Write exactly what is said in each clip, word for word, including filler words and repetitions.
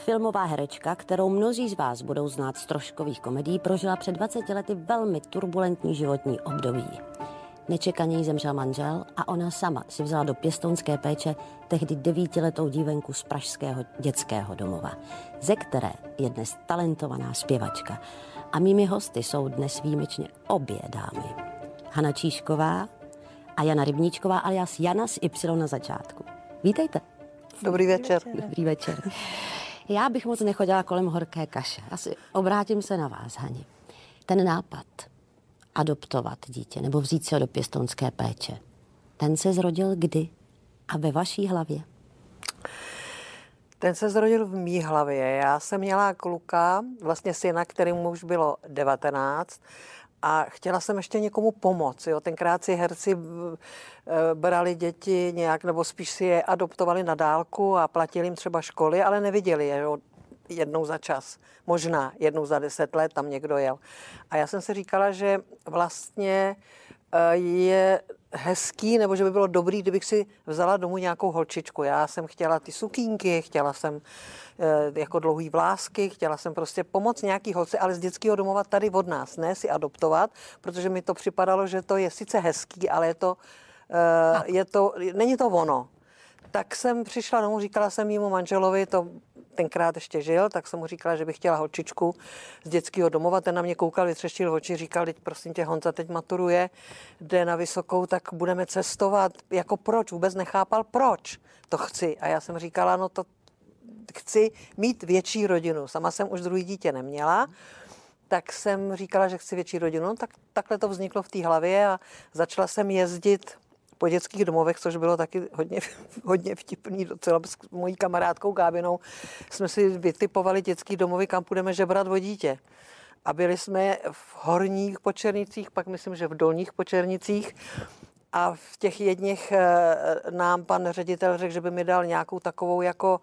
Filmová herečka, kterou mnozí z vás budou znát z troškových komedií, prožila před dvaceti lety velmi turbulentní životní období. Nečekaně jí zemřel manžel a ona sama si vzala do pěstounské péče tehdy devítiletou dívenku z pražského dětského domova, ze které je dnes talentovaná zpěvačka. A mými hosty jsou dnes výjimečně obě dámy. Hana Číšková a Jana Rybníčková alias Jana s Y na začátku. Vítejte. Dobrý večer. Dobrý večer. Já bych moc nechodila kolem horké kaše. Asi obrátím se na vás, Hani. Ten nápad adoptovat dítě nebo vzít se ho do pěstounské péče, ten se zrodil kdy a ve vaší hlavě? Ten se zrodil v mý hlavě. Já jsem měla kluka, vlastně syna, kterému už bylo devatenáct, a chtěla jsem ještě někomu pomoct. Jo. Tenkrát si herci brali děti nějak, nebo spíš si je adoptovali na dálku a platili jim třeba školy, ale neviděli je jo, jednou za čas. Možná jednou za deset let tam někdo jel. A já jsem si říkala, že vlastně je hezký, nebo že by bylo dobrý, kdybych si vzala domů nějakou holčičku. Já jsem chtěla ty sukínky, chtěla jsem e, jako dlouhý vlásky, chtěla jsem prostě pomoct nějaký holce, ale z dětského domova tady od nás, ne si adoptovat, protože mi to připadalo, že to je sice hezký, ale je to, e, je to není to ono. Tak jsem přišla domů, říkala jsem mému manželovi, to tenkrát ještě žil, tak jsem mu říkala, že bych chtěla holčičku z dětského domova. Ten na mě koukal, vytřeštil oči, říkal, teď prosím tě, Honza teď maturuje, jde na vysokou, tak budeme cestovat. Jako proč? Vůbec nechápal, proč to chci. A já jsem říkala, no to chci mít větší rodinu. Sama jsem už druhý dítě neměla, tak jsem říkala, že chci větší rodinu. Tak takhle to vzniklo v té hlavě a začala jsem jezdit po dětských domovech, což bylo taky hodně, hodně vtipný, docela s mojí kamarádkou Gábinou jsme si vytipovali dětský domovy, kam půjdeme žebrat o dítě. A byli jsme v Horních Počernicích, pak myslím, že v Dolních Počernicích, a v těch jedních nám pan ředitel řekl, že by mi dal nějakou takovou jako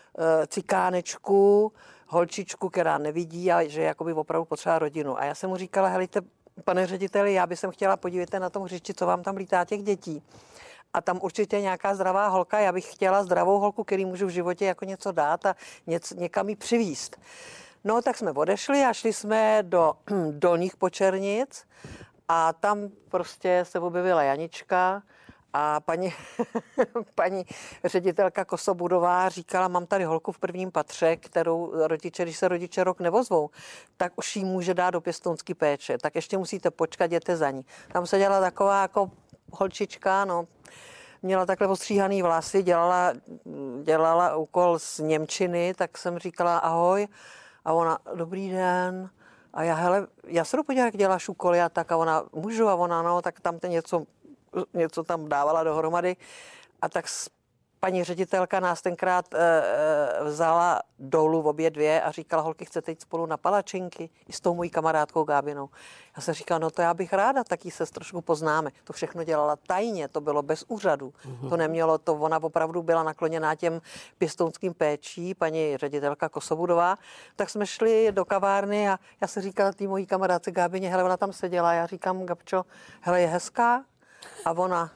cikánečku, holčičku, která nevidí a že jakoby opravdu potřeba rodinu. A já jsem mu říkala, helejte, pane řediteli, já bych chtěla, podívejte na tom hřišti, co vám tam lítá těch dětí. A tam určitě nějaká zdravá holka, já bych chtěla zdravou holku, který můžu v životě jako něco dát a něco, někam ji přivízt. No tak jsme odešli a šli jsme do Dolních Počernic a tam prostě se objevila Janička a paní, paní ředitelka Kosobudová říkala, mám tady holku v prvním patře, kterou rodiče, když se rodiče rok nevozvou, tak už jí může dát do pěstounské péče, tak ještě musíte počkat, jděte za ní. Tam se dělala taková jako holčička, no, měla takhle ostříhaný vlasy, dělala, dělala úkol z němčiny, tak jsem říkala ahoj a ona, dobrý den. A já, hele, já se jdu podívat, jak děláš úkoly a tak, a ona, můžu, a ona, no, tak tam ten něco něco tam dávala dohromady a tak paní ředitelka nás tenkrát e, e, vzala dolů v obě dvě a říkala, holky, chcete jít spolu na palačinky i s tou mojí kamarádkou Gábinou. Já jsem říkala, no to já bych ráda, taky se trošku poznáme. To všechno dělala tajně, to bylo bez úřadu. Mm-hmm. To nemělo, to ona opravdu byla nakloněná těm pěstounským péčí, paní ředitelka Kosobudová. Tak jsme šli do kavárny a já jsem říkala té mojí kamarádce Gábině, hele, ona tam seděla, já říkám, Gabčo, hele, je hezká? A ona,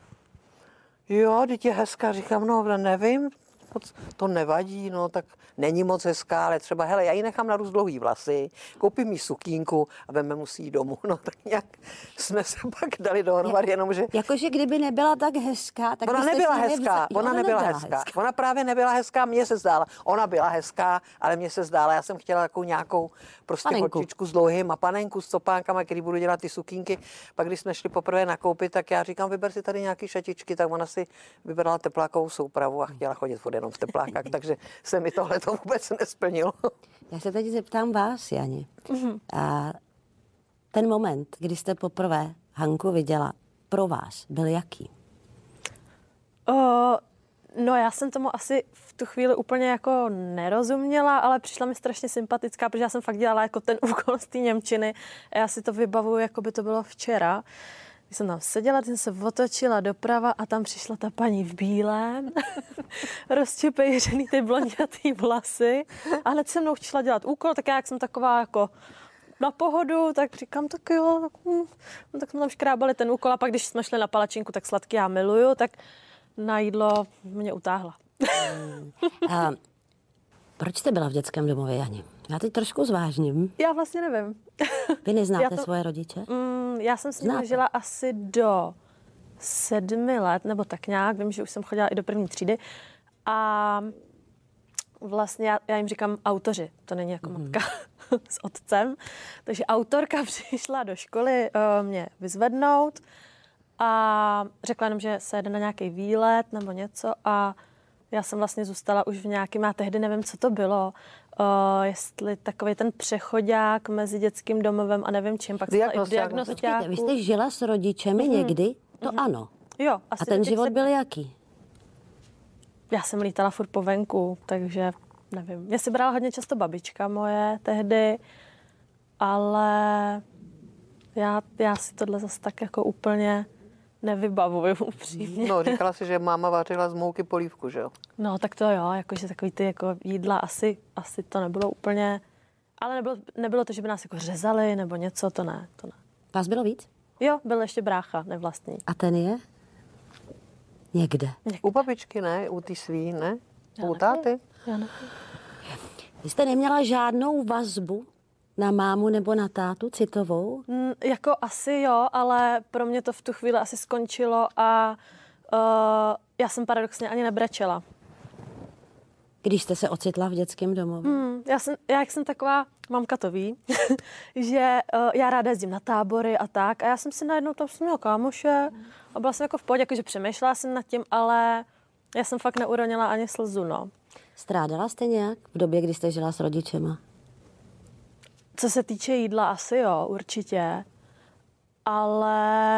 jo, teď je hezká, říkám, no nevím, to nevadí, no tak není moc hezká, ale třeba, hele, já ji nechám narůst dlouhý vlasy, koupím jí sukínku a veme si ji domů. No tak nějak jsme se pak dali dohromady, jenomže... Jakože kdyby nebyla tak hezká, tak ona nebyla hezká, vza... ona, ona nebyla, nebyla hezká. hezká. Ona právě nebyla hezká, mně se zdála. Ona byla hezká, ale mně se zdála, já jsem chtěla takovou nějakou prostě holčičku s dlouhým a panenku s copánkama, který budu dělat ty sukínky. Pak když jsme šli poprvé nakoupit, tak já říkám, vyber si tady nějaký šatičky, tak ona si vybrala teplákovou soupravu a chtěla chodit furt jenom v teplákách, takže se mi tohle to vůbec nesplnilo. Já se teď zeptám vás, Jani. Mm-hmm. A ten moment, kdy jste poprvé Hanku viděla, pro vás byl jaký? O, no já jsem tomu asi v tu chvíli úplně jako nerozuměla, ale přišla mi strašně sympatická, protože já jsem fakt dělala jako ten úkol z té němčiny a já si to vybavuju, jako by to bylo včera. Když jsem tam seděla, jsem se otočila doprava a tam přišla ta paní v bílém, rozčepejřený ty blondětý vlasy a hned se mnou chtěla dělat úkol, tak já jak jsem taková jako na pohodu, tak říkám, tak jo, tak, hm, no, tak jsme tam škrábali ten úkol a pak když jsme šli na palačinku, tak sladký já miluju, tak na jídlo mě utáhla. Hmm. A Proč jste byla v dětském domově, Jani? Já teď trošku zvážním. Já vlastně nevím. Vy neznáte to, svoje rodiče? Mm, já jsem s nimi žila asi do sedmi let, nebo tak nějak. Vím, že už jsem chodila i do první třídy. A vlastně já, já jim říkám autoři, to není jako mm. matka s otcem. Takže autorka přišla do školy uh, mě vyzvednout a řekla jenom, že se jede na nějaký výlet nebo něco a já jsem vlastně zůstala už v nějakým, já tehdy nevím, co to bylo, uh, jestli takový ten přechodák mezi dětským domovem a nevím čím, pak jsem i diagnostiáku. Vy jste žila s rodičemi mm. někdy? To mm. ano. Jo. Asi a ten život se... byl jaký? Já jsem lítala furt po venku, takže nevím. Mě si brala hodně často babička moje tehdy, ale já, já si tohle zase tak jako úplně nevybavuju upřímně. No, říkala si, že máma vařila z mouky polívku, že jo? No, tak to jo, jakože takový ty jako jídla asi, asi to nebylo úplně, ale nebylo, nebylo to, že by nás jako řezali nebo něco, to ne, to ne. Vás bylo víc? Jo, byl ještě brácha, nevlastní. A ten je? Někde. Někde. U babičky, ne? U té svý, ne? Já U táty? Já nevím. Vy jste neměla žádnou vazbu na mámu nebo na tátu citovou? Mm, jako asi jo, ale pro mě to v tu chvíli asi skončilo a uh, já jsem paradoxně ani nebrečela. Když jste se ocitla v dětském domově? Hmm, já, jsem, já jak jsem taková, mamka to ví, že uh, já ráda jezdím na tábory a tak a já jsem si najednou tam jsem měla kámoše a byla jsem jako v pohodě, jakože přemýšlela jsem nad tím, ale já jsem fakt neuronila ani slzu, no. Strádala jste nějak v době, kdy jste žila s rodičema? Co se týče jídla, asi jo, určitě. Ale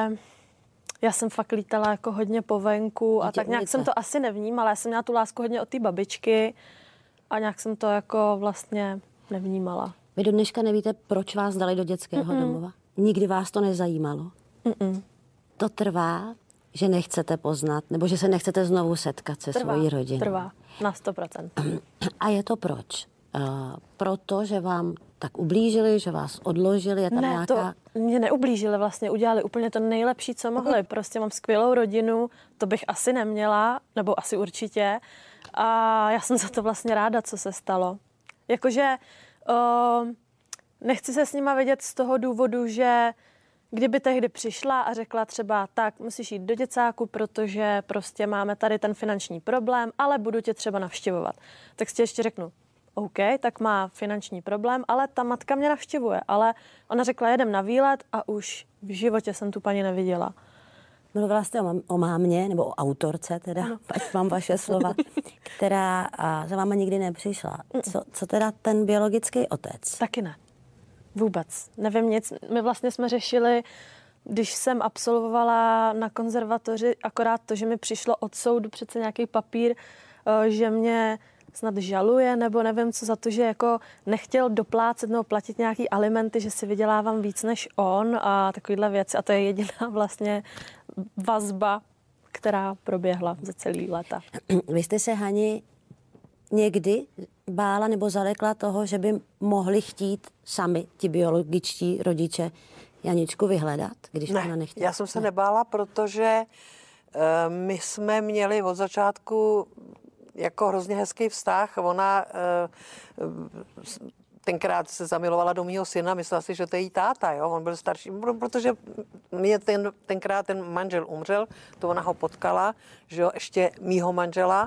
já jsem fakt lítala jako hodně po venku a Dítě tak nějak ulice. jsem to asi nevnímala. Já jsem měla tu lásku hodně od té babičky a nějak jsem to jako vlastně nevnímala. Vy do dneška nevíte, proč vás dali do dětského Mm-mm. domova? Nikdy vás to nezajímalo? Mm-mm. To trvá, že nechcete poznat, nebo že se nechcete znovu setkat se Trvá, svojí rodinou? Trvá, na sto procent. A je to proč? Uh, proto, že vám tak ublížili, že vás odložili, je tam ne, nějaká... to mě neublížili vlastně, udělali úplně to nejlepší, co mohli. Prostě mám skvělou rodinu, to bych asi neměla, nebo asi určitě. A já jsem za to vlastně ráda, co se stalo. Jakože uh, nechci se s nima vidět z toho důvodu, že kdyby tehdy přišla a řekla třeba tak, musíš jít do děcáku, protože prostě máme tady ten finanční problém, ale budu tě třeba navštěvovat. Tak si ještě řeknu, OK, tak má finanční problém, ale ta matka mě navštěvuje. Ale ona řekla, jedem na výlet a už v životě jsem tu paní neviděla. Mluvila jste o, o mámě, nebo o autorce teda, no. Ať mám vaše slova, která a, za váma nikdy nepřišla. Co, co teda ten biologický otec? Taky ne. Vůbec. Nevím nic. My vlastně jsme řešili, když jsem absolvovala na konzervatoři, akorát to, že mi přišlo od soudu přece nějaký papír, že mě snad žaluje, nebo nevím co, za to, že jako nechtěl doplácet nebo platit nějaký alimenty, že si vydělávám víc než on a takovýhle věci. A to je jediná vlastně vazba, která proběhla za celý léta. Vy jste se, Hani, někdy bála nebo zalekla toho, že by mohli chtít sami ti biologičtí rodiče Janičku vyhledat, když ne, ona nechtěla? Já jsem se ne. nebála, protože uh, my jsme měli od začátku jako hrozně hezký vztah. Ona uh, tenkrát se zamilovala do mýho syna, myslela si, že to je jí táta, jo? On byl starší, protože mě ten, tenkrát ten manžel umřel, to ona ho potkala, že jo, ještě mýho manžela.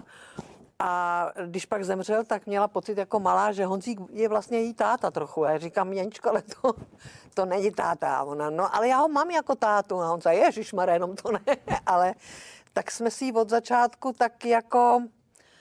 A když pak zemřel, tak měla pocit jako malá, že Honzík je vlastně její táta trochu. A já říkám, Janičko, ale to, to není táta. A ona, no, ale já ho mám jako tátu. A Honza, ježišmaré, jenom to ne. Ale tak jsme si od začátku tak jako, uh,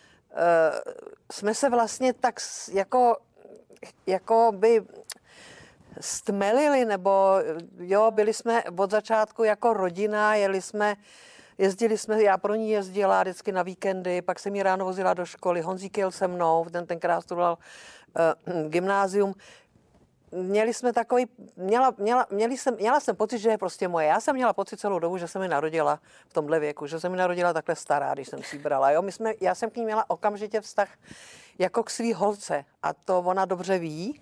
jsme se vlastně tak jako, jako by stmelili, nebo jo, byli jsme od začátku jako rodina, jeli jsme, jezdili jsme, já pro ní jezdila vždycky na víkendy, pak jsem ji ráno vozila do školy, Honzík jel se mnou, ten tenkrát studoval uh, gymnázium. Měli jsme takový, měla, měla, měli jsem, měla jsem pocit, že je prostě moje. Já jsem měla pocit celou dobu, že jsem mi narodila v tomhle věku, že jsem mi narodila takhle stará, když jsem si ji brala. Jo? My jsme, já jsem k ní měla okamžitě vztah jako k svý holce a to ona dobře ví.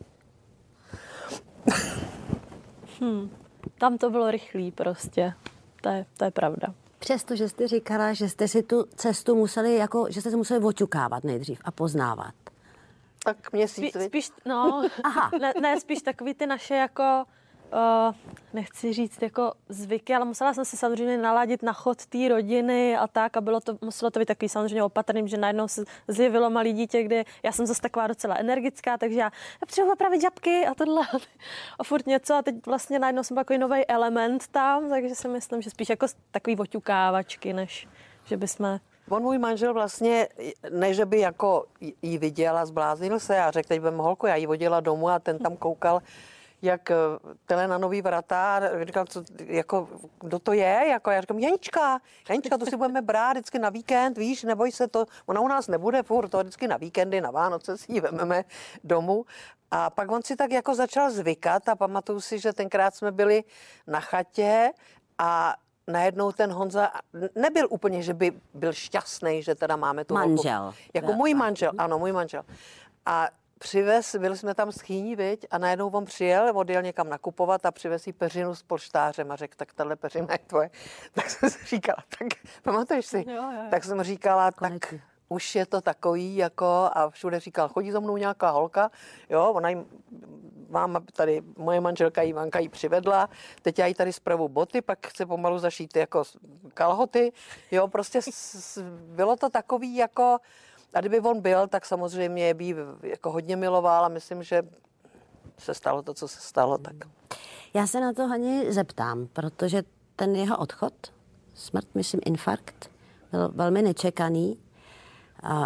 Hmm. Tam to bylo rychlý prostě, to je, to je pravda. Přesto, že jste říkala, že jste si tu cestu museli, jako, že jste se museli oťukávat nejdřív a poznávat. Tak měsíc, Spí, spíš, no, ne, ne, spíš takový ty naše jako, uh, nechci říct jako zvyky, ale musela jsem se samozřejmě naladit na chod té rodiny a tak a bylo to, muselo to být takový samozřejmě opatrným, že najednou se zjevilo malý dítě, kde já jsem zase taková docela energická, takže já, já potřebuji opravit žabky a tohle a furt něco a teď vlastně najednou jsem takový nový element tam, takže si myslím, že spíš jako takový oťukávačky, než že bychom... On, můj manžel vlastně, ne, že by jako jí viděl a zbláznil se a řekl, teď budeme holku, já jí vodila domů a ten tam koukal, jak tele na nový vrata a říkal, co, jako, kdo to je? Jako, já říkám, Janička, Janička, to si budeme brát vždycky na víkend, víš, neboj se to, ona u nás nebude furt, to vždycky na víkendy, na Vánoce si ji vememe domů. A pak on si tak jako začal zvykat a pamatuju si, že tenkrát jsme byli na chatě a najednou ten Honza nebyl úplně, že by byl šťastný, že teda máme tu manžel. Holku. Jako můj manžel, ano, můj manžel. A přivez, byli jsme tam s chýní, viď, a najednou on přijel, odjel někam nakupovat a přivez jí peřinu s polštářem a řekl, tak tahle peřina je tvoje. Tak jsem si říkala, tak pamatuješ si? Jo, jo, jo. Tak jsem říkala, Konečně. tak už je to takový, jako, a všude říkal, chodí za mnou nějaká holka, jo, ona jim, máma tady, moje manželka Ivanka jí přivedla, teď já jí tady spravu boty, pak chce pomalu zašít jako kalhoty, jo, prostě s, bylo to takový, jako, a kdyby on byl, tak samozřejmě by jako hodně miloval a myslím, že se stalo to, co se stalo, tak. Já se na to Hani zeptám, protože ten jeho odchod, smrt, myslím infarkt, byl velmi nečekaný. A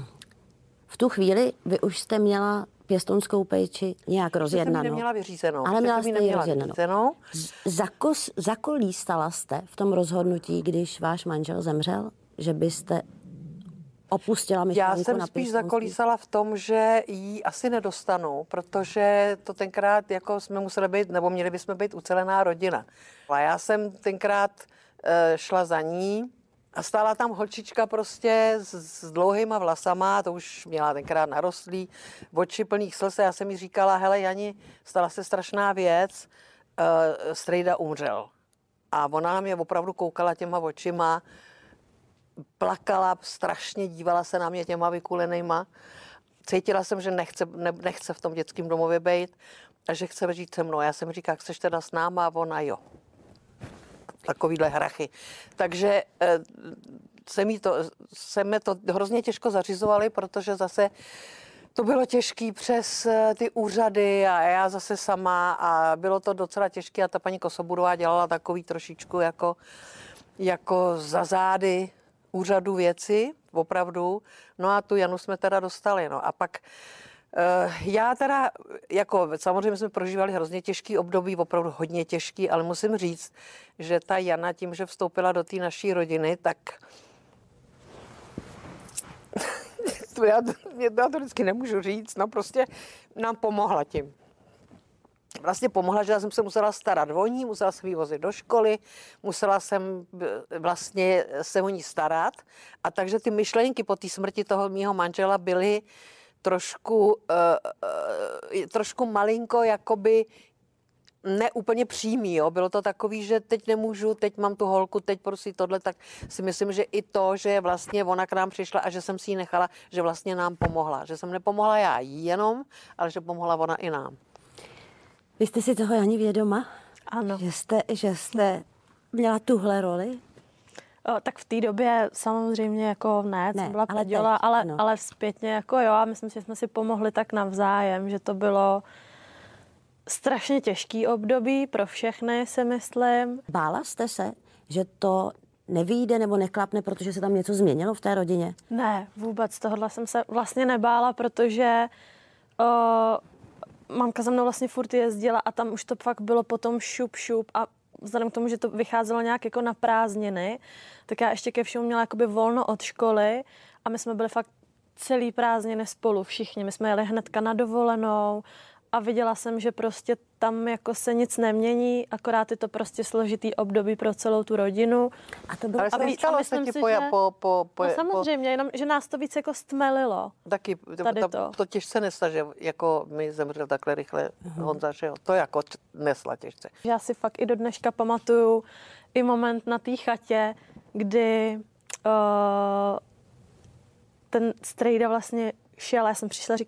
v tu chvíli vy už jste měla pěstounskou péči nějak rozjednanou. Jsem neměla vyřízenou. Ale měla jste ji rozjednanou. vyřízenou. Zakos, zakolístala jste v tom rozhodnutí, když váš manžel zemřel, že byste opustila myšlenku na Já jsem pěstounství? spíš zakolísala v tom, že ji asi nedostanu, protože to tenkrát jako jsme museli být, nebo měli bychom být ucelená rodina. A já jsem tenkrát uh, šla za ní, a stála tam holčička prostě s, s dlouhýma vlasama, to už měla tenkrát narostlý, oči plných slz. Já jsem jí říkala, hele Jani, stala se strašná věc, uh, strejda umřel. A ona na mě opravdu koukala těma očima, plakala strašně, dívala se na mě těma vykulenejma. Cítila jsem, že nechce, ne, nechce v tom dětském domově být a že chce žít se mnou. Já jsem říkala, chceš teda s náma? A ona jo. Takovýhle hrachy. Takže eh, se mi to, se mi to hrozně těžko zařizovali, protože zase to bylo těžké přes eh, ty úřady a já zase sama a bylo to docela těžké a ta paní Kosobudová dělala takový trošičku jako, jako za zády úřadu věci, opravdu. No a tu Janu jsme teda dostali. No a pak já teda, jako samozřejmě jsme prožívali hrozně těžký období, opravdu hodně těžký, ale musím říct, že ta Jana tím, že vstoupila do té naší rodiny, tak já, to, já to vždycky nemůžu říct, no prostě nám pomohla tím. Vlastně pomohla, že já jsem se musela starat o ní, musela jsem ji vozit do školy, musela jsem vlastně se o ní starat a takže ty myšlenky po té smrti toho mýho manžela byly trošku, uh, uh, trošku malinko, jakoby neúplně přímý, jo. Bylo to takový, že teď nemůžu, teď mám tu holku, teď prostě tohle, tak si myslím, že i to, že vlastně ona k nám přišla a že jsem si ji nechala, že vlastně nám pomohla. Že jsem nepomohla já jí jenom, ale že pomohla ona i nám. Vy jste si toho, Jani, vědoma? Ano. Že jste, že jste měla tuhle roli? O, tak v té době samozřejmě jako ne, ne jsem byla ale poděla, teď, ale, no. ale zpětně jako jo, a myslím si, že jsme si pomohli tak navzájem, že to bylo strašně těžký období pro všechny, si myslím. Bála jste se, že to nevyjde nebo neklapne, protože se tam něco změnilo v té rodině? Ne, vůbec tohohle jsem se vlastně nebála, protože o, mamka za mnou vlastně furt jezdila a tam už to fakt bylo potom šup, šup a vzhledem k tomu, že to vycházelo nějak jako na prázdniny, tak já ještě ke všemu měla jakoby volno od školy a my jsme byli fakt celý prázdniny spolu všichni. My jsme jeli hnedka na dovolenou a viděla jsem, že prostě tam jako se nic nemění, akorát je to prostě složitý období pro celou tu rodinu. A to bylo, ale a stalo se ti po, že... po, po, po... No samozřejmě, jenom, že nás to víc jako stmelilo. Taky, to, to. to těžce nesla, že jako mi zemřel takhle rychle mm-hmm. Honza, že jo, to jako nesla těžce. Já si fakt i do dneška pamatuju i moment na té chatě, kdy uh, ten strejda vlastně šel, já jsem přišla, říkám,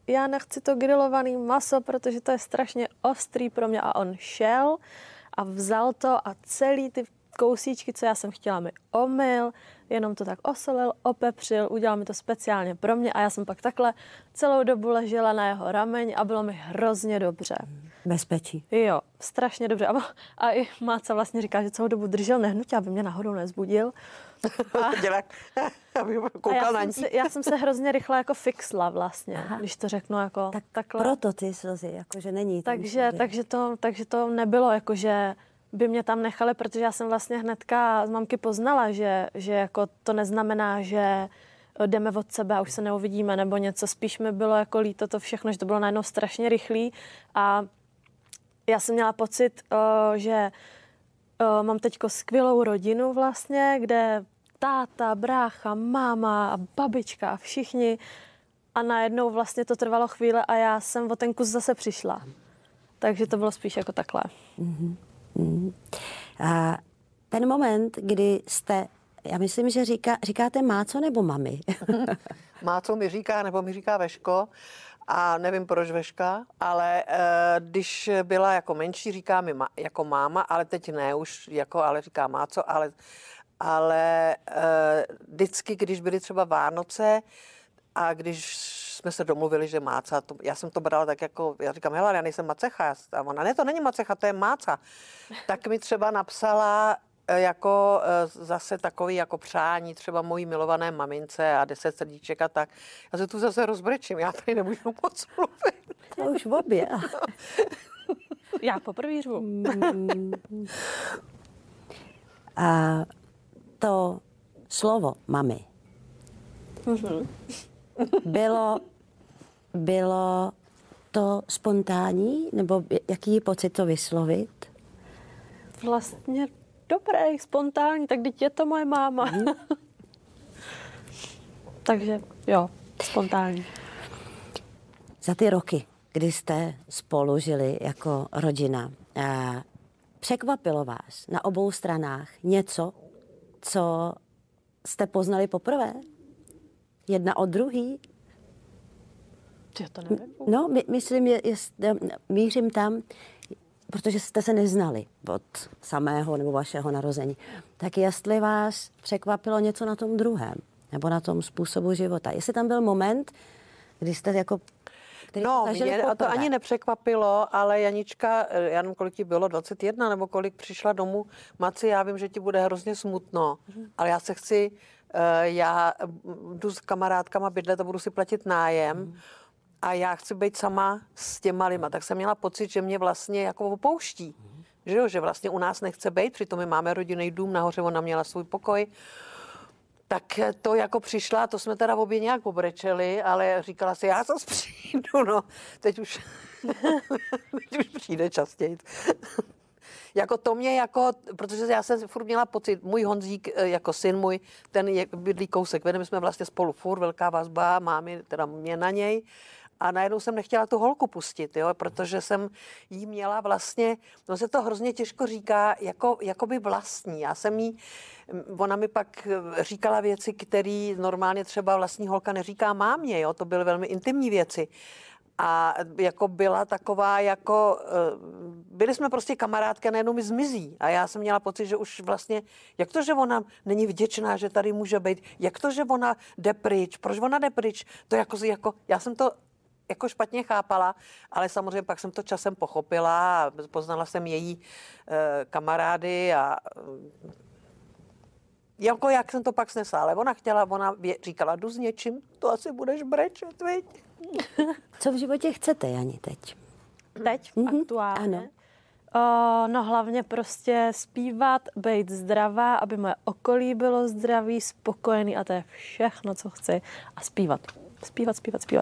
já nechci to grilovaný maso, protože to je strašně ostrý pro mě. A on šel a vzal to a celý ty kousíčky, co já jsem chtěla, mi omyl, jenom to tak osolil, opepřil, udělal mi to speciálně pro mě a já jsem pak takhle celou dobu ležela na jeho rameň a bylo mi hrozně dobře. Bezpečí. Jo, strašně dobře. A, a i máca vlastně říká, že celou dobu držel nehnutě, aby mě náhodou nezbudil. A, Dělak, aby koukal a já, na jsem ní. se, já jsem se hrozně rychle jako fixla vlastně, Aha. když to řeknu jako tak takhle. Proto ty slzy, jakože není. Takže, takže, to, takže to nebylo jako, že by mě tam nechali, protože já jsem vlastně hnedka z mamky poznala, že, že jako to neznamená, že jdeme od sebe a už se neuvidíme nebo něco. Spíš mi bylo jako líto to všechno, že to bylo najednou strašně rychlý a já jsem měla pocit, že mám teďko skvělou rodinu vlastně, kde táta, brácha, máma a babička a všichni a najednou vlastně to trvalo chvíle a já jsem o ten kus zase přišla. Takže to bylo spíš jako takhle. Mm-hmm. Mm. A ten moment, kdy jste, já myslím, že říká, říkáte máco nebo mami? Máco mi říká, nebo mi říká Veško. A nevím, proč Veška, ale e, když byla jako menší, říká mi ma, jako máma, ale teď ne už, jako, ale říká máco, ale, ale e, vždycky, když byly třeba Vánoce a když jsme se domluvili, že máca, to, já jsem to brala tak jako, já říkám, hele, já nejsem macecha, a ona, ne, to není macecha, to je máca. Tak mi třeba napsala jako zase takový jako přání třeba mojí milované mamince a deset srdíček a tak. Já se tu zase rozbrečím, já tady nemůžu moc mluvit. To už v obě. Já poprvé řvu. A to slovo mami bylo, bylo to spontánní, nebo jaký pocit to vyslovit? Vlastně dobré, spontánní, tak teď je to moje máma. Mm. Takže jo, spontánní. Za ty roky, kdy jste spolu žili jako rodina, překvapilo vás na obou stranách něco, co jste poznali poprvé? Jedna od druhý? Já to nevím. No, my, myslím, je, je, mířím tam, protože jste se neznali od samého nebo vašeho narození. Tak jestli vás překvapilo něco na tom druhém, nebo na tom způsobu života. Jestli tam byl moment, kdy jste jako... No, mě to ani nepřekvapilo, ale Janička, já nevím, kolik ti bylo, dvacet jedna, nebo kolik přišla domů, Maci, já vím, že ti bude hrozně smutno, mm. ale já se chci, já jdu s kamarádkama bydlet a budu si platit nájem, mm. a já chci být sama s těma lidma, tak jsem měla pocit, že mě vlastně jako opouští. Mm. Že jo, že vlastně u nás nechce být, přitom my máme rodinný dům, nahoře ona měla svůj pokoj. Tak to jako přišla, to jsme teda obě nějak pobrečeli, ale říkala si, já zase přijdu, no. Teď už, teď už přijde častěji. Jako to mě jako, protože já jsem furt měla pocit, můj Honzík jako syn můj, ten je, bydlí kousek vede, my jsme vlastně spolu furt, velká vazba, mámy, teda mě na něj. A najednou jsem nechtěla tu holku pustit, jo, protože jsem jí měla vlastně, no se to hrozně těžko říká, jako, jako by vlastní. Já jsem jí, ona mi pak říkala věci, které normálně třeba vlastní holka neříká mámě, jo, to byly velmi intimní věci. A jako byla taková, jako, byli jsme prostě kamarádky a najednou mi zmizí. A já jsem měla pocit, že už vlastně, jak to, že ona není vděčná, že tady může být, jak to, že ona jde pryč, proč ona jde pryč, to jako, jako já jsem to jako špatně chápala, ale samozřejmě pak jsem to časem pochopila a poznala jsem její e, kamarády a e, jako jak jsem to pak snesla, ale ona chtěla, ona říkala, jdu s něčím, to asi budeš brečet, viď? Co v životě chcete, Jani, teď? Teď? Mm-hmm. Aktuálně? Ano. O, no hlavně prostě zpívat, být zdravá, aby moje okolí bylo zdravý, spokojený a to je všechno, co chci. A zpívat. Zpívat, zpívat, zpívat.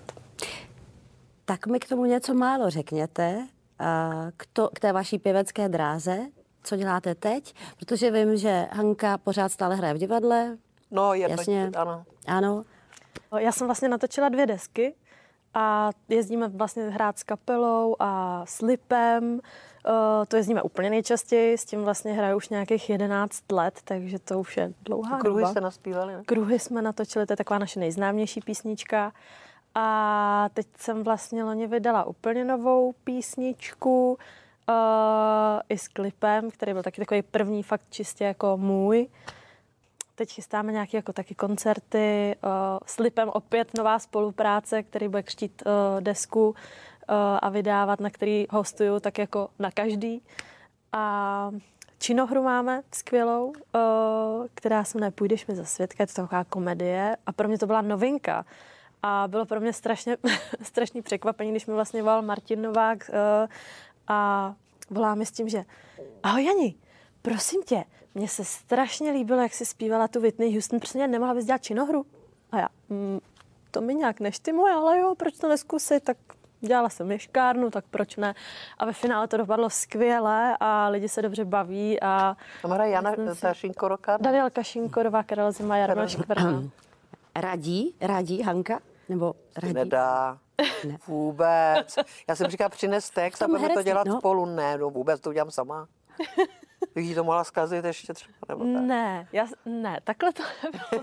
Tak mi k tomu něco málo řekněte, k, to, k té vaší pěvecké dráze, co děláte teď, protože vím, že Hanka pořád stále hraje v divadle. No, je jasně. To, ano. Ano. Já jsem vlastně natočila dvě desky a jezdíme vlastně hrát s kapelou a s Lipem. To jezdíme úplně nejčastěji, s tím vlastně hraju už nějakých jedenáct let, takže to už je dlouhá Kruhy doba. jste naspívali, ne? Kruhy jsme natočili, to je taková naše nejznámější písnička. A teď jsem vlastně loni vydala úplně novou písničku uh, i s klipem, který byl taky takový první fakt čistě jako můj. Teď chystáme nějaké jako taky koncerty. Uh, s Lipem opět nová spolupráce, který bude křtít uh, desku uh, a vydávat, na který hostuju tak jako na každý. A činohru máme skvělou, uh, která se jmenuje Půjdeš mi za svědka, je to taková komedie a pro mě to byla novinka. A bylo pro mě strašně, strašný překvapení, když mi vlastně volal Martin Novák uh, a volá mi s tím, že ahoj Jani, prosím tě, mně se strašně líbilo, jak jsi zpívala tu Whitney Houston, prostě nemohla bys dělat činohru? A já, mm, to mi nějak neštimuje, ale jo, proč to neskusit, tak dělala jsem ješkárnu, tak proč ne? A ve finále to dopadlo skvěle a lidi se dobře baví. A tam hraje Jana Šinkorová. Danielka Šinkorová, Karel Zima, Jarmil Šikvrna. Radí? Radí Hanka? Nebo radí? Nedá. Ne. Vůbec. Já jsem říkala, přines text a budeme to dělat no. spolu. Ne, no vůbec to udělám sama. Bych to mohla zkazit ještě třeba, nebo tak? Ne, já, ne, takhle to nebylo.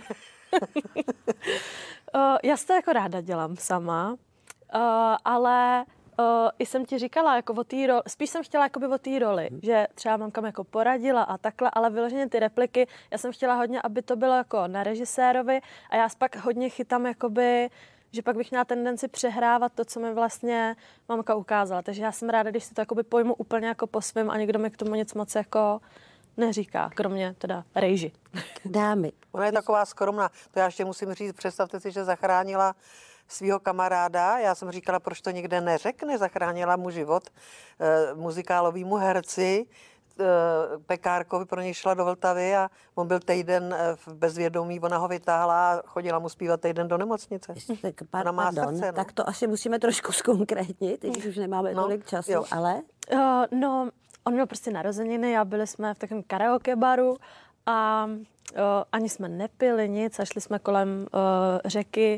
Já si to jako ráda dělám sama, uh, ale uh, i jsem ti říkala, jako o té roli, spíš jsem chtěla jakoby o té roli, hmm. že třeba mamka mi jako poradila a takhle, ale vyloženě ty repliky, já jsem chtěla hodně, aby to bylo jako na režisérovi a já pak hodně chytám jakoby, že pak bych měla tendenci přehrávat to, co mi vlastně mamka ukázala. Takže já jsem ráda, když si to jakoby pojmu úplně jako po svém a nikdo mi k tomu nic moc jako neříká, kromě teda rejži. Dámy. Ona je taková skromná. To já ještě musím říct, představte si, že zachránila svého kamaráda. Já jsem říkala, proč to nikde neřekne. Zachránila mu život e, muzikálovému herci, Pekárkovi, pro něj šla do Vltavy a on byl týden v bezvědomí, ona ho vytáhla a chodila mu zpívat týden do nemocnice. Tak, pardon, pardon, srdce, no. Tak to asi musíme trošku zkonkrétnit, když už nemáme no, tolik času, jo. ale... Uh, no, on měl prostě narozeniny a byli jsme v takovém karaoke baru a uh, ani jsme nepili nic a šli jsme kolem uh, řeky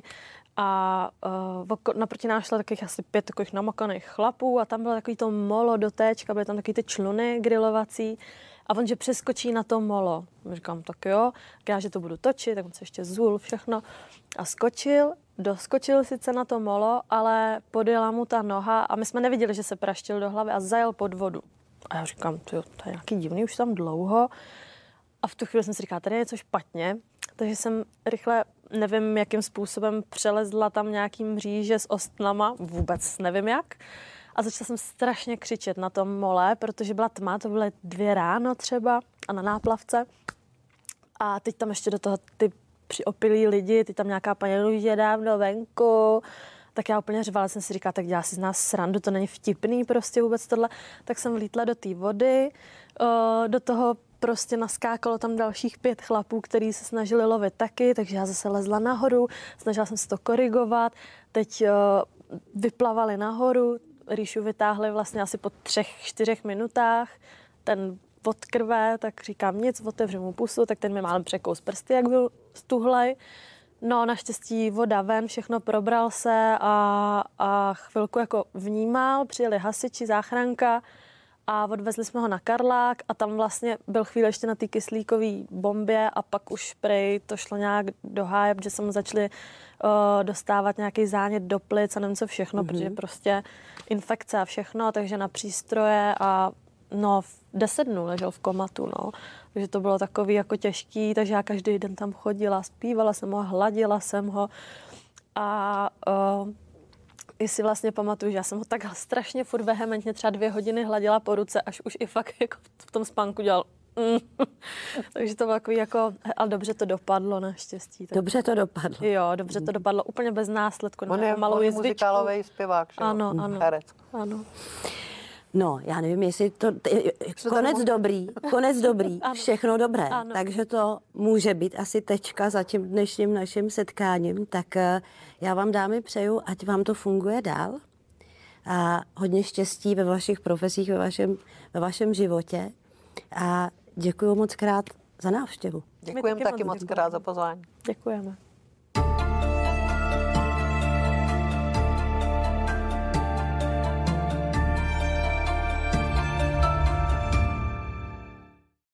a uh, naproti nás šlo takových asi pět takových namokaných chlapů a tam bylo takový to molo do téčka, byly tam takový ty čluny grilovací a on, že přeskočí na to molo. Říkám, tak jo, já, že to budu točit, tak on se ještě zul všechno a skočil, doskočil sice na to molo, ale podjela mu ta noha a my jsme neviděli, že se praštil do hlavy a zajel pod vodu. A já říkám, to je nějaký divný, už tam dlouho a v tu chvíli jsem si říkala, tady je něco špatně, takže jsem rychle nevím, jakým způsobem přelezla tam nějaký mříže s ostnama, vůbec nevím jak. A začala jsem strašně křičet na tom mole, protože byla tma, to byly dvě ráno třeba a na náplavce. A teď tam ještě do toho ty přiopilí lidi, teď tam nějaká paní Luže dávno venku. Tak já úplně řvala, jsem si říkala, tak dělá si z nás srandu, to není vtipný prostě vůbec tohle. Tak jsem vlítla do té vody, do toho prostě naskákalo tam dalších pět chlapů, kteří se snažili lovit taky, takže já zase lezla nahoru, snažila jsem se to korigovat, teď uh, vyplavali nahoru, Ríšu vytáhli vlastně asi po třech, čtyřech minutách, ten od krve, tak říkám nic, otevřu mu pusu, tak ten mi málem překous prsty, jak byl stuhlej. No naštěstí voda ven, všechno probral se a, a chvilku jako vnímal, přijeli hasiči, záchranka, a odvezli jsme ho na Karlák a tam vlastně byl chvíli ještě na té kyslíkové bombě a pak už prej to šlo nějak do háje, protože se mu začali uh, dostávat nějaký zánět do plic a nevím co všechno, mm-hmm. protože prostě infekce a všechno, takže na přístroje a no deset dnů ležel v komatu, no. Takže to bylo takový jako těžký, takže já každý den tam chodila, zpívala jsem ho, hladila jsem ho a uh, i si vlastně pamatuju, že já jsem ho tak strašně furt vehementně třeba dvě hodiny hladila po ruce, až už i fakt jako v tom spánku dělal. Mm. Takže to bylo takový jako, ale dobře to dopadlo naštěstí. Tak. Dobře to dopadlo. Jo, dobře to dopadlo, úplně bez následku. On je, on je muzikálový zpěvák, že? Ano, ano. Herec. Ano. No, já nevím, jestli to... Konec dobrý, konec dobrý, všechno dobré. Ano. Takže to může být asi tečka za tím dnešním naším setkáním. Tak já vám, dámy, přeju, ať vám to funguje dál. A hodně štěstí ve vašich profesích, ve vašem, ve vašem životě. A děkuji moc krát za návštěvu. Děkujeme taky moc krát za pozvání. Děkujeme.